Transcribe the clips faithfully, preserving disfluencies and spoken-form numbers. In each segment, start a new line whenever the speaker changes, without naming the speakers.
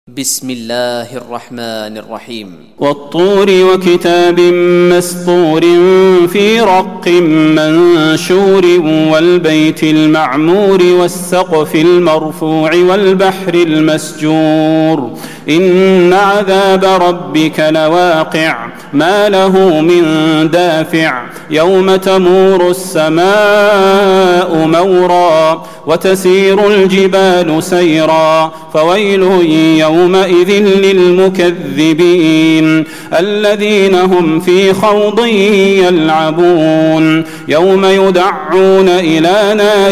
بسم الله الرحمن الرحيم
والطور وكتاب مسطور في رق منشور والبيت المعمور والسقف المرفوع والبحر المسجور إن عذاب ربك لواقع ما له من دافع يوم تمور السماء مورا وتسير الجبال سيرا فويل يومئذ للمكذبين الذين هم في خوض يلعبون يوم يدعون إلى نار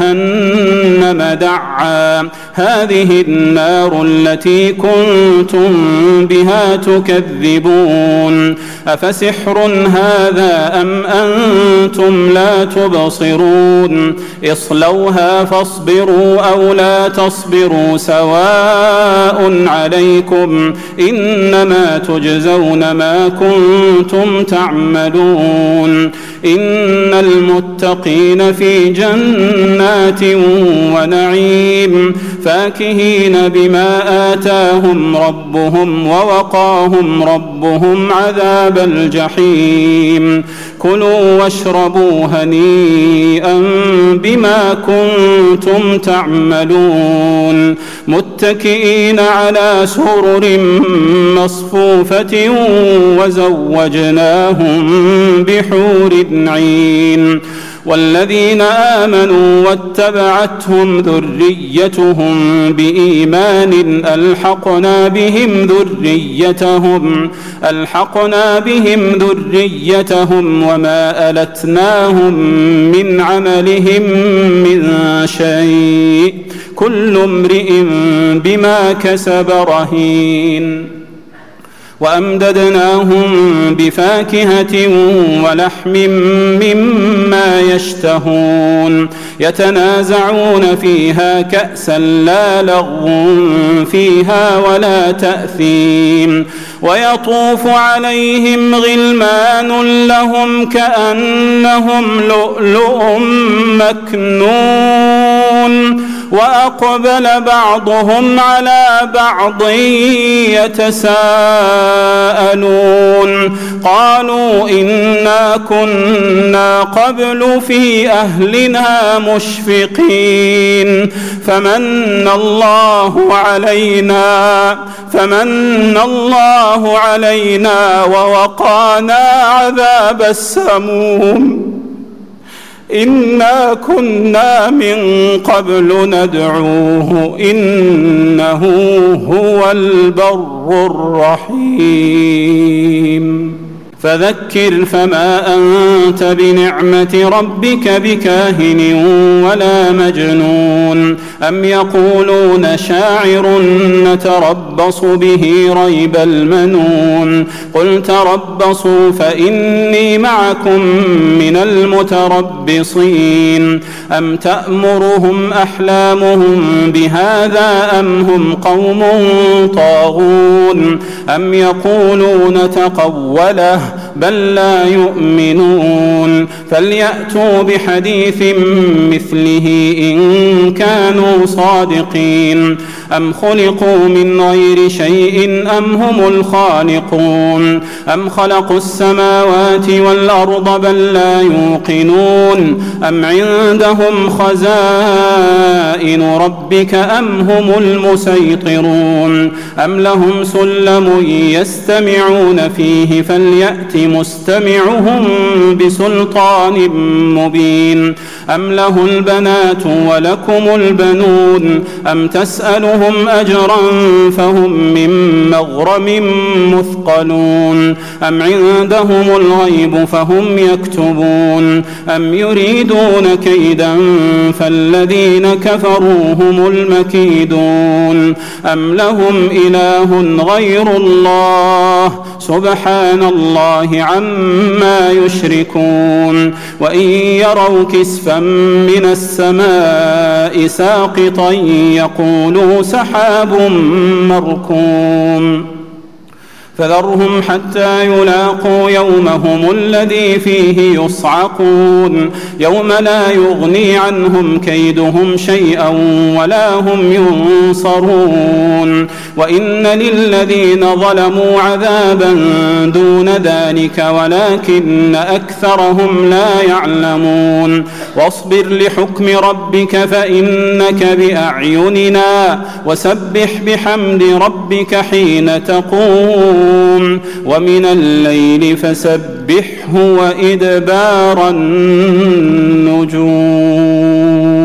جهنم دعا هذه النار التي كنتم بها تكذبون أفسحر هذا أم أنتم لا تبصرون اصلوها فاصبروا أو لا تصبروا سواء عليكم إنما تجزون ما كنتم تعملون إن المتقين في جنات ونعيم فاكهين بما آتاهم ربهم ووقاهم ربهم عذاب الجحيم كلوا واشربوا هنيئا بما كنتم تعملون متكئين على سرر مصفوفة وزوجناهم بحور عين والذين آمنوا واتبعتهم ذريتهم بإيمان ألحقنا بهم ذريتهم ألحقنا بهم ذريتهم وما ألتناهم من عملهم من شيء كل امرئ بما كسب رهين وأمددناهم بفاكهة ولحم مما يشتهون يتنازعون فيها كأسا لا لغو فيها ولا تأثيم ويطوف عليهم غلمان لهم كأنهم لؤلؤ مكنون وأقبل بعضهم على بعض يتساءلون قالوا إنا كنا قبل في أهلنا مشفقين فمن الله علينا فمن الله علينا ووقانا عذاب السموم إنا كنا من قبل ندعوه إنه هو البر الرحيم فذكر فما أنت بنعمة ربك بكاهن ولا مجنون أم يقولون شاعر نتربص به ريب المنون قل تربصوا فإني معكم من المتربصين أم تأمرهم أحلامهم بهذا أم هم قوم طاغون أم يقولون تقوله بل لا يؤمنون فليأتوا بحديث مثله إن كانوا صادقين أم خلقوا من غير شيء أم هم الخالقون أم خلقوا السماوات والأرض بل لا يوقنون أم عندهم خزائن ربك أم هم المسيطرون أم لهم سلم يستمعون فيه فليأت مستمعهم بسلطان مبين أم له البنات ولكم البنون أم تسألهم أجرا فهم من مغرم مثقلون أم عندهم الغيب فهم يكتبون أم يريدون كيدا فالذين كفروا هم المكيدون أم لهم إله غير الله سبحان الله عما يشركون وإن يروا كسفا من السماء ساقطا يقولوا سحاب مركوم فذرهم حتى يلاقوا يومهم الذي فيه يصعقون يوم لا يغني عنهم كيدهم شيئا ولا هم ينصرون وإن للذين ظلموا عذابا دون ذلك ولكن أكثرهم لا يعلمون واصبر لحكم ربك فإنك بأعيننا وسبح بحمد ربك حين تقوم ومن الليل فسبحه وإدبار النجوم.